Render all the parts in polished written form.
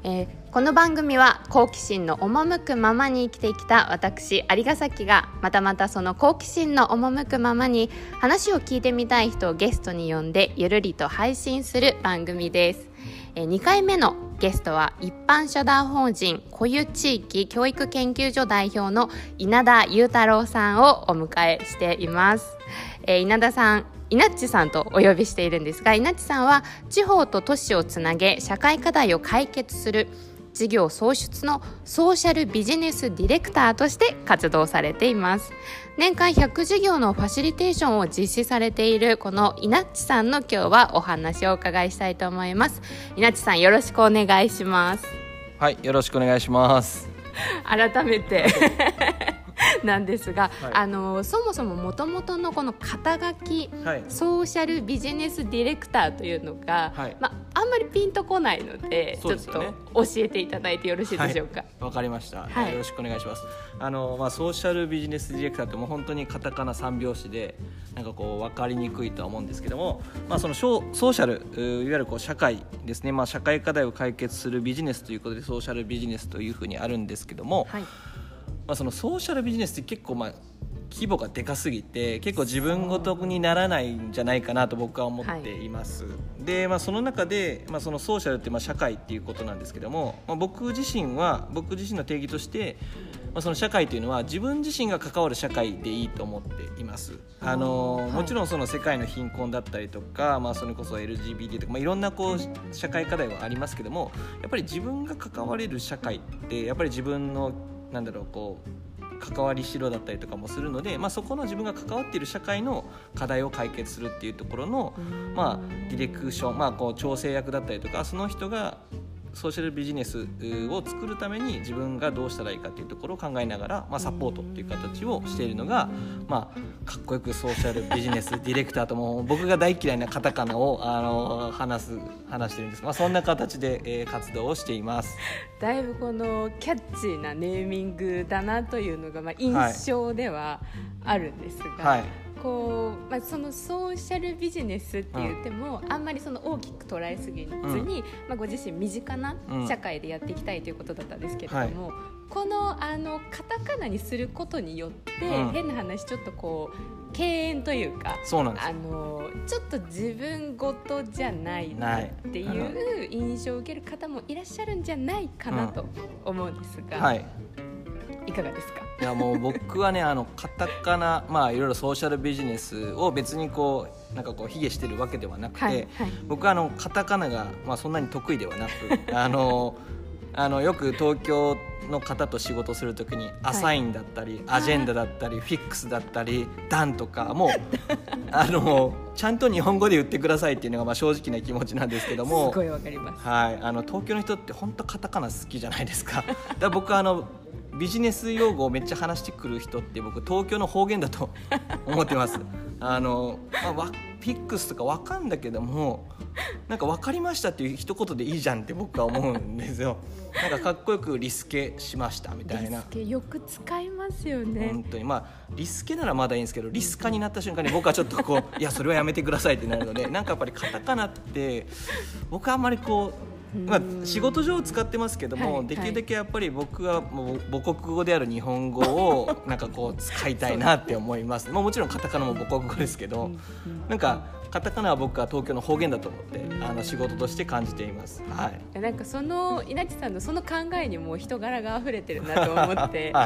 この番組は好奇心の赴くままに生きてきた私有ヶ崎がまたその好奇心の赴くままに話を聞いてみたい人をゲストに呼んでゆるりと配信する番組です。2回目のゲストは一般社団法人固有地域教育研究所代表の稲田裕太郎さんをお迎えしています。稲田さん、イナッチさんとお呼びしているんですが、イナッチさんは地方と都市をつなげ社会課題を解決する事業創出のソーシャルビジネスディレクターとして活動されています。年間100事業のファシリテーションを実施されているこのイナッチさんの今日はお話をお伺いしたいと思います。イナッチさん、よろしくお願いします。 はい、よろしくお願いします。 改めてなんですが、 はい、 そもそも元々のこの肩書き、 はい、 ソーシャルビジネスディレクターというのが、 はい、 あんまりピンとこないので、ちょっと教えていただいてよろしいでしょうか。 わかりました、 はい、 よろしくお願いします。ソーシャルビジネスディレクターってもう本当にカタカナ3拍子でなんかこう分かりにくいとは思うんですけども、そのソーシャル、いわゆるこう社会ですね、社会課題を解決するビジネスということでソーシャルビジネスというふうにあるんですけども、はい、そのソーシャルビジネスって結構規模がでかすぎて結構自分ごとにならないんじゃないかなと僕は思っています。はい、で、その中で、そのソーシャルって社会っていうことなんですけども、僕自身の定義として、その社会というのは自分自身が関わる社会でいいと思っています。もちろんその世界の貧困だったりとか、それこそ LGBT とか、いろんなこう社会課題はありますけども、やっぱり自分が関われる社会ってやっぱり自分のこう関わりしろだったりとかもするので、そこの自分が関わっている社会の課題を解決するっていうところの、ディレクション、こう調整役だったりとか、その人がソーシャルビジネスを作るために自分がどうしたらいいかっていうところを考えながら、サポートっていう形をしているのが、かっこよくソーシャルビジネスディレクターとも僕が大嫌いなカタカナを話してるんですが、そんな形で、活動をしています。 だいぶこのキャッチーなネーミングだなというのが、印象ではあるんですが、はい、そのソーシャルビジネスって言っても、あんまりその大きく捉えすぎずに、ご自身身近な社会でやっていきたいということだったんですけれども、このカタカナにすることによって、変な話ちょっとこう敬遠というか、 そうなんです。 ちょっと自分ごとじゃないなっていう印象を受ける方もいらっしゃるんじゃないかなと思うんですが、はい、いかがですか？ いや、もう僕はねカタカナ、いろいろソーシャルビジネスを別にこう卑下してるわけではなくて、はいはい、僕はカタカナが、そんなに得意ではなくよく東京の方と仕事するときにアサインだったり、アジェンダだったり、フィックスだったり、ダンとかもちゃんと日本語で言ってくださいっていうのが正直な気持ちなんですけども、 すごいわかります。 はい、東京の人って本当カタカナ好きじゃないですか。だから僕ビジネス用語をめっちゃ話してくる人って僕東京の方言だと思ってます。フィックスとか分かんだけども、なんか分かりましたっていう一言でいいじゃんって僕は思うんですよ。なんかかっこよくリスケしましたみたいな。 リスケよく使いますよね。 本当にリスケならまだいいんですけど、リスカになった瞬間に僕はちょっといやそれはやめてくださいってなるので、なんかやっぱりカタカナって僕はあんまり仕事上使ってますけども、できるだけやっぱり僕はもう母国語である日本語を使いたいなって思います。もちろんカタカナも母国語ですけど、なんかカタカナは僕は東京の方言だと思って仕事として感じています。はい、 なんかその稲地さんのその考えにも人柄があふれてるなと思って、はい、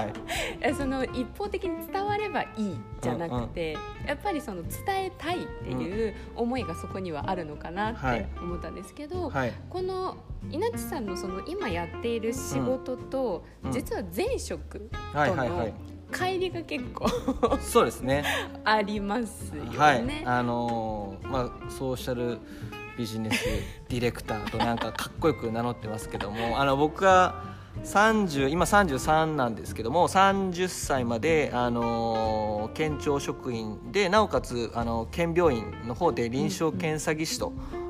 その一方的に伝わればいいじゃなくて、やっぱりその伝えたいっていう思いがそこにはあるのかなって思ったんですけど、はい、この稲地さんのその今やっている仕事と、実は前職との乖離が結構そうですねありますよね。 はい、ソーシャルビジネスディレクターとなんかかっこよく名乗ってますけども、僕は今33なんですけども、30歳まで、県庁職員で、なおかつ県病院の方で臨床検査技師と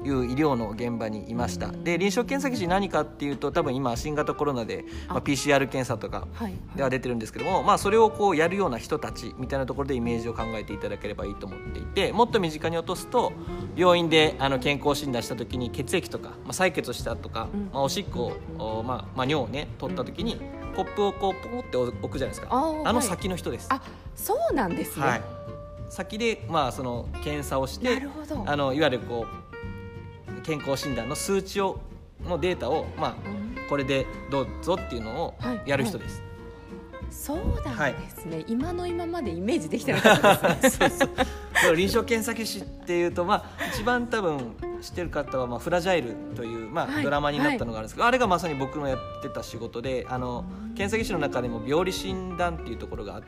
いう医療の現場にいました。で臨床検査技師何かっていうと、多分今新型コロナで、PCR 検査とかでは出てるんですけども、それをこうやるような人たちみたいなところでイメージを考えていただければいいと思っていて、もっと身近に落とすと、病院で健康診断した時に血液とか、採血したとか、おしっこを、尿をね取った時にコップをこうポンって置くじゃないですか。あの先の人です。 そうなんですね。 先で、その検査をして、いわゆるこう健康診断の数値のデータを、これでどうぞっていうのをやる人です。 そうなんですね、今の今までイメージできてなかったですね。 そう臨床検査技師っていうと、一番多分知ってる方は、フラジャイルという、ドラマになったのがあるんですけど、あれがまさに僕のやってた仕事で、検査技師の中でも病理診断っていうところがあって、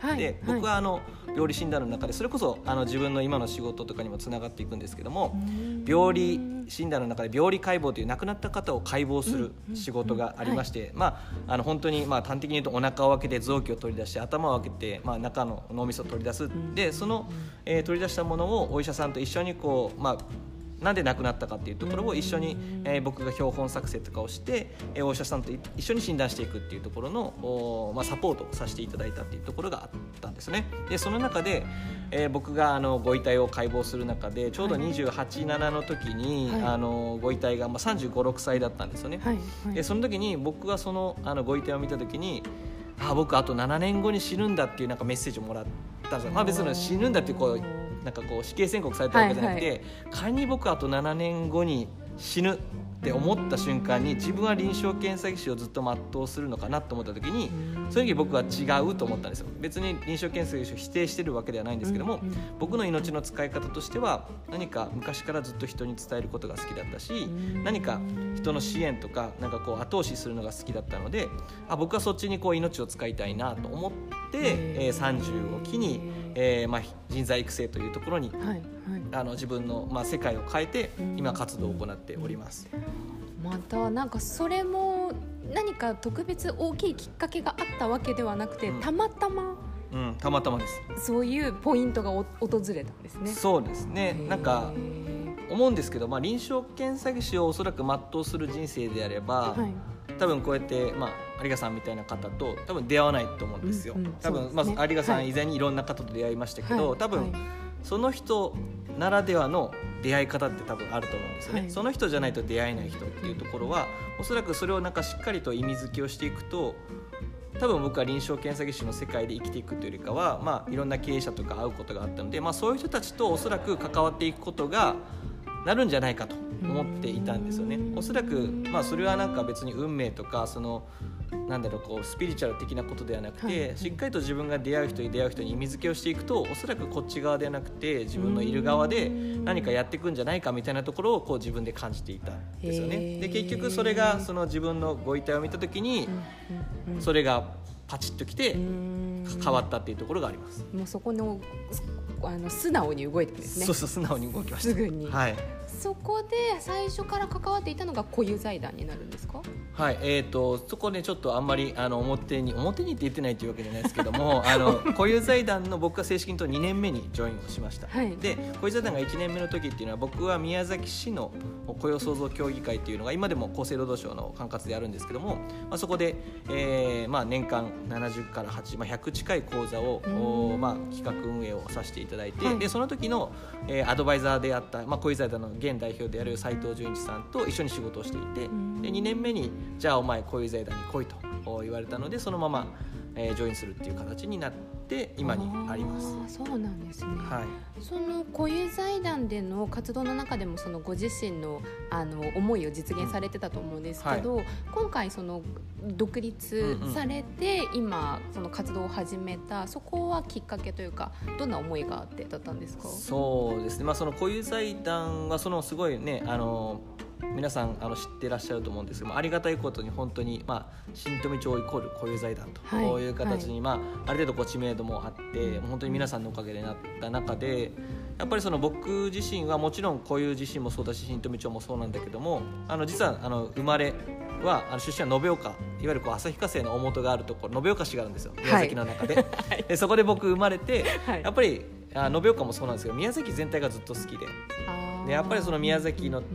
僕は病理診断の中でそれこそ自分の今の仕事とかにもつながっていくんですけども、病理診断の中で病理解剖という亡くなった方を解剖する仕事がありまして、本当に端的に言うとお腹を開けて臓器を取り出して頭を開けて、中の脳みそを取り出す。でその、取り出したものをお医者さんと一緒にこう、なんで亡くなったかっていうところを一緒に、僕が標本作成とかをして、お医者さんと一緒に診断していくっていうところの、サポートをさせていただいたっていうところがあったんですね。でその中で、僕がご遺体を解剖する中でちょうど28、7の時に、ご遺体が、35、6歳だったんですよね。でその時に僕がその、ご遺体を見た時に、僕あと7年後に死ぬんだっていうなんかメッセージをもらったんですよ。別に死ぬんだっていうなんか死刑宣告されたわけじゃなくて、仮に僕あと7年後に死ぬって思った瞬間に、自分は臨床検査技師をずっと全うするのかなと思った時に、その時僕は違うと思ったんですよ。別に臨床検査技師を否定してるわけではないんですけども、僕の命の使い方としては何か昔からずっと人に伝えることが好きだったし、何か人の支援とかなんか後押しするのが好きだったので、僕はそっちに命を使いたいなと思って、30を機に、人材育成というところに、自分の、世界を変えて今活動を行っております。 またなんかそれも何か特別大きいきっかけがあったわけではなくて、たまたまですそういうポイントが訪れたんですね。 そうですね、なんか思うんですけど、臨床検査技師をおそらく全うする人生であれば、多分こうやって、有賀さんみたいな方と多分出会わないと思うんですよ。多分、有賀さん以前にいろんな方と出会いましたけど、多分、その人ならではの出会い方って多分あると思うんですよね。その人じゃないと出会えない人っていうところは、おそらくそれをなんかしっかりと意味付けをしていくと、多分僕は臨床検査技師の世界で生きていくというよりかは、いろんな経営者とか会うことがあったので、そういう人たちとおそらく関わっていくことがなるんじゃないかと思っていたんですよね。おそらく、それはなんか別に運命とかスピリチュアル的なことではなくて、しっかりと自分が出会う人に意味付けをしていくと、おそらくこっち側ではなくて自分のいる側で何かやっていくんじゃないかみたいなところを自分で感じていたんですよね。で結局それがその自分のご遺体を見た時に、それがパチッときて変わったっていうところがあります。 もうそこの素直に動いてるんですね。 そう素直に動きました。 すぐに、そこで最初から関わっていたのが固有財団になるんですか？ そこねちょっとあんまり表にって言ってないというわけじゃないですけども固有財団の僕が正式にと2年目にジョインをしました。で固有財団が1年目の時っていうのは、僕は宮崎市の雇用創造協議会っていうのが今でも厚生労働省の管轄であるんですけども、そこで、年間70から80、100近い講座を、企画運営をさせていただいて、でその時の、アドバイザーであった、固有財団の現代表である斉藤純一さんと一緒に仕事をしていて、で2年目にじゃあお前固有財団に来いと言われたので、そのまま、ジョインするっていう形になって今にあります。 そうなんですね。その固有財団での活動の中でも、そのご自身の思いを実現されてたと思うんですけど、今回その独立されて、今その活動を始めた、そこはきっかけというか、どんな思いがあってだったんですか？ そうですね、その固有財団はすごいね、皆さん知ってらっしゃると思うんですけども、ありがたいことに本当に、新富町イコール固有財団という形に、ある程度知名度もあって、本当に皆さんのおかげでなった中で、やっぱり僕自身はもちろん固有自身もそうだし、新富町もそうなんだけども、実は生まれは出身は延岡、いわゆる旭化成の大元があるところ、延岡市があるんですよ、宮崎の中で。でそこで僕生まれて、やっぱり延岡もそうなんですけど、宮崎全体がずっと好きで、やっぱりその宮崎の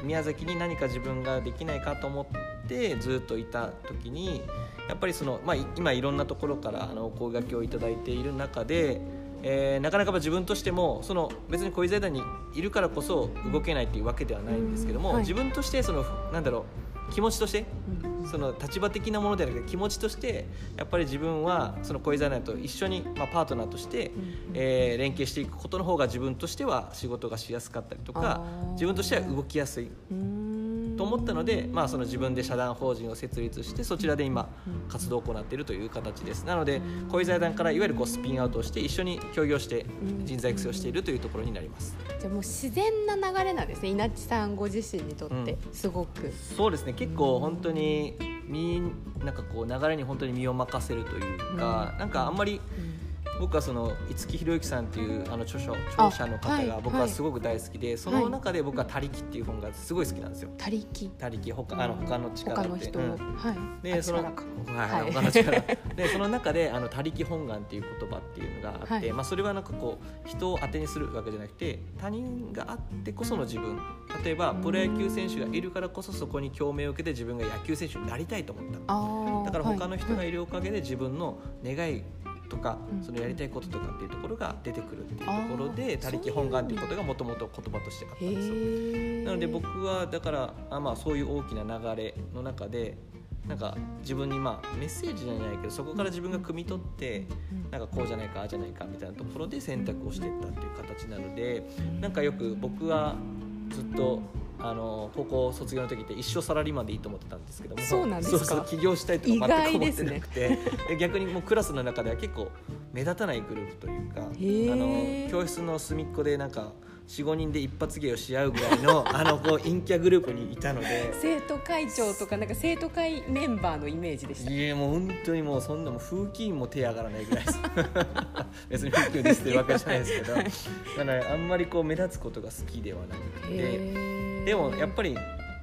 宮崎に何か自分ができないかと思ってずっといた時にやっぱり今いろんなところからお声掛けをいただいている中で、なかなか自分としても別に小井財団にいるからこそ動けないというわけではないんですけども、自分として気持ちとして立場的なものではなくて気持ちとしてやっぱり自分は小井財団と一緒に、パートナーとして、連携していくことの方が自分としては仕事がしやすかったりとか自分としては動きやすいと思ったので、自分で社団法人を設立してそちらで今活動を行っているという形です。なので小井財団からいわゆるスピンアウトをして一緒に協業して人材育成をしているというところになります。 じゃあもう自然な流れなんですね、稲地さんご自身にとってすごく、 そうですね、結構本当に流れに本当に身を任せるというか、あんまり僕は五木ひろゆきさんっていう著者の方が僕はすごく大好きで、その中で僕は他力っていう本がすごい好きなんですよ。他力他の力って、で他の力でその中で他力本願っていう言葉っていうのがあって、それは人を当てにするわけじゃなくて他人があってこその自分、例えばプロ野球選手がいるからこそそこに共鳴を受けて自分が野球選手になりたいと思った。だから他の人がいるおかげで自分の願いとかやりたいこととかっていうところが出てくるっていうところで他力本願っていうことがもともと言葉としてあったんですよ。なので僕はだからそういう大きな流れの中で自分にメッセージじゃないけどそこから自分が汲み取ってこうじゃないかああじゃないかみたいなところで選択をしていったっていう形なので、よく僕はずっと高校卒業の時って一生サラリーマンでいいと思ってたんですけども、 そうなんですか。 起業したいとか全く思ってなくて、逆にもうクラスの中では結構目立たないグループというか、教室の隅っこで4,5 人で一発芸をし合うぐらいの陰キャグループにいたので生徒会長とか生徒会メンバーのイメージでした。 いやもう本当にもうそんな風紀委員も手上がらないぐらいです別に風紀委員ですっていうわけじゃないですけどだからあんまり目立つことが好きではなくて、でもやっぱり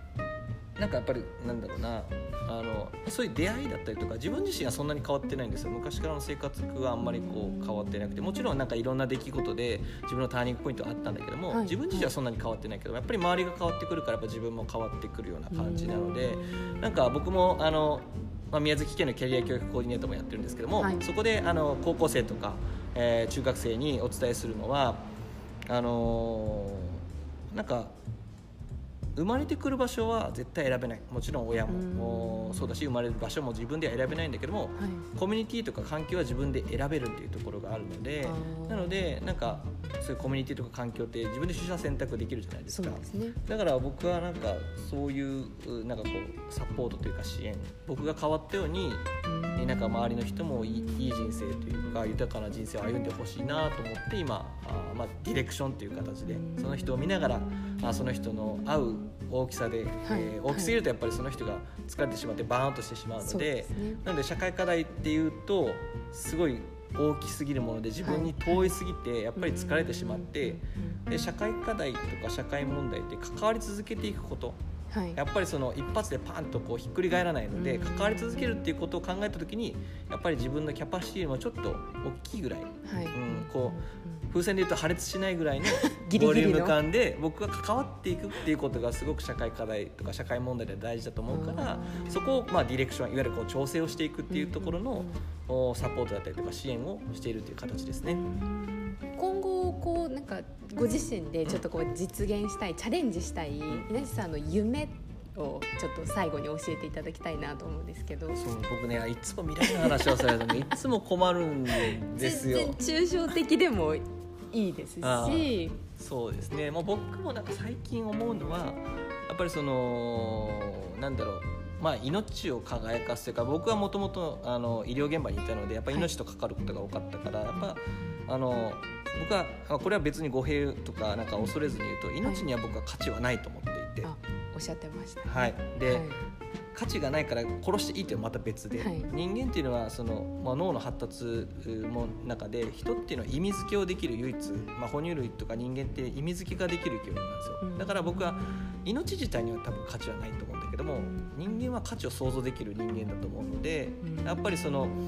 なんだろうな、そういう出会いだったりとか自分自身はそんなに変わってないんですよ。昔からの生活はあんまり変わってなくて、もちろんいろんな出来事で自分のターニングポイントはあったんだけども、自分自身はそんなに変わってないけどやっぱり周りが変わってくるからやっぱ自分も変わってくるような感じなので、僕も宮崎県のキャリア教育コーディネートもやってるんですけども、そこで高校生とか、中学生にお伝えするのは生まれてくる場所は絶対選べない。もちろん親もそうだし生まれる場所も自分では選べないんだけども、コミュニティとか環境は自分で選べるっていうところがあるので、なのでそういうコミュニティとか環境って自分で取捨選択できるじゃないですか。だから僕はそういうサポートというか支援、僕が変わったように周りの人もいい人生というか豊かな人生を歩んでほしいなと思って今ディレクションという形でその人を見ながらその人の合う大きさで、大きすぎるとやっぱりその人が疲れてしまってバーンとしてしまうので、なので社会課題っていうとすごい大きすぎるもので自分に遠いすぎてやっぱり疲れてしまって、で社会課題とか社会問題って関わり続けていくこと、やっぱり一発でパンとひっくり返らないので、関わり続けるっていうことを考えた時にやっぱり自分のキャパシティよりもちょっと大きいぐらい、風船でいうと破裂しないぐらいのボリューム感で僕が関わっていくっていうことがすごく社会課題とか社会問題で大事だと思うから、そこをディレクションいわゆる調整をしていくっていうところのサポートだったりとか支援をしているという形ですね。 今後ご自身でちょっと実現したい、チャレンジしたい稲地さんの夢をちょっと最後に教えていただきたいなと思うんですけど。 僕ねいつも未来の話をされるのにいつも困るんですよ。 全然抽象的でもいいですし、 そうですね。もう僕も最近思うのはやっぱりなんだろう、命を輝かすというか、僕はもともと医療現場にいたのでやっぱり命と関わることが多かったから、やっぱ僕はこれは別に語弊とか恐れずに言うと命には僕は価値はないと思っていて、 おっしゃってました、 で、価値がないから殺していいというのはまた別で、人間っていうのは脳の発達の中で人っていうのは意味付けをできる唯一、哺乳類とか人間って意味付けができる生き物なんですよ。だから僕は命自体には多分価値はないと思うんだけども、人間は価値を想像できる人間だと思うので、やっぱり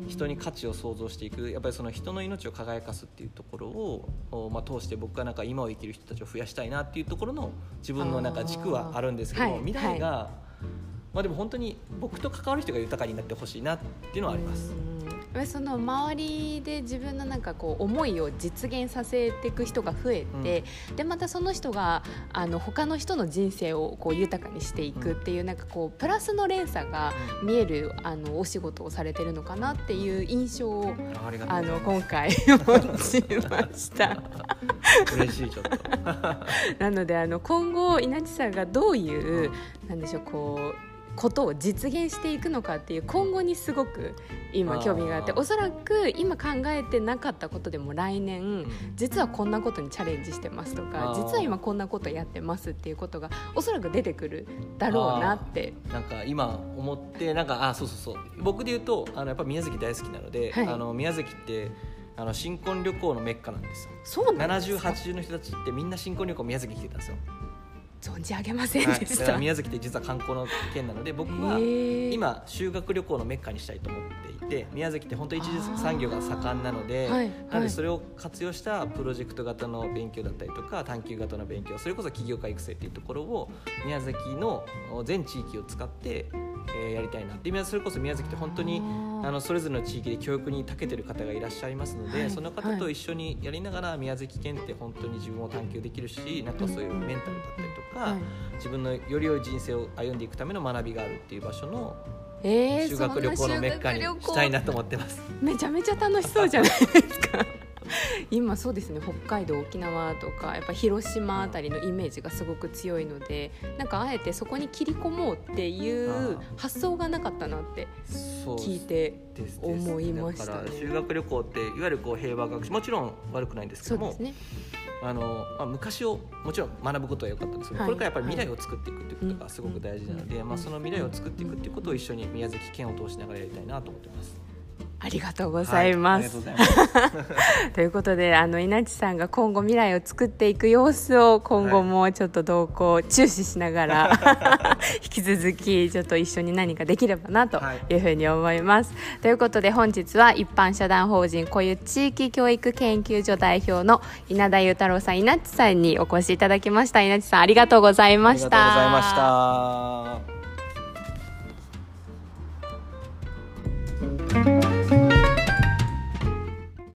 人に価値を創造していく、やっぱりその人の命を輝かすっていうところを、通して僕はなんか今を生きる人たちを増やしたいなっていうところの自分のなんか軸はあるんですけど、未来が、でも本当に僕と関わる人が豊かになってほしいなっていうのはあります。 その周りで自分のなんかこう思いを実現させていく人が増えて、でまたその人が他の人の人生をこう豊かにしていくっていう、なんかこうプラスの連鎖が見えるお仕事をされてるのかなっていう印象を今回持ちました嬉しい。ちょっとなので今後稲地さんがどういうなんでしょう、ことを実現していくのかっていう今後にすごく今興味があって、おそらく今考えてなかったことでも来年実はこんなことにチャレンジしてますとか、実は今こんなことやってますっていうことがおそらく出てくるだろうなってなんか今思って、なんかそう僕で言うとやっぱ宮崎大好きなので、宮崎って新婚旅行のメッカなんですよ。 そうなんですか。 70、80の人たちってみんな新婚旅行宮崎来てたんですよ。 存じ上げませんでした。 宮崎って実は観光の県なので、僕は今修学旅行のメッカにしたいと思っていて、宮崎って本当に一次産業が盛んなので、なのでそれを活用したプロジェクト型の勉強だったりとか探究型の勉強、それこそ起業家育成っていうところを宮崎の全地域を使ってやりたいなって。それこそ宮崎って本当にそれぞれの地域で教育に長けてる方がいらっしゃいますので、その方と一緒にやりながら宮崎県って本当に自分を探求できるし、なんかそういうメンタルだったりとか、自分のより良い人生を歩んでいくための学びがあるっていう場所の修学旅行のメッカにしたいなと思ってます。 めちゃめちゃ楽しそうじゃないですか今そうですね、北海道、沖縄とかやっぱ広島あたりのイメージがすごく強いので、なんかあえてそこに切り込もうっていう発想がなかったなって聞いて思いましたね。 だから修学旅行っていわゆる平和学習、もちろん悪くないんですけども、そうですね、昔をもちろん学ぶことは良かったんですけど、これからやっぱり未来を作っていくということがすごく大事なので、その未来を作っていくということを一緒に宮崎県を通しながらやりたいなと思ってます。 ありがとうございます、ということで稲地さんが今後未来を作っていく様子を今後もちょっと動向注視しながら、引き続きちょっと一緒に何かできればなというふうに思います、ということで本日は一般社団法人固有地域教育研究所代表の稲田裕太郎さん、稲地さんにお越しいただきました。稲地さん、ありがとうございました。 ありがとうございました。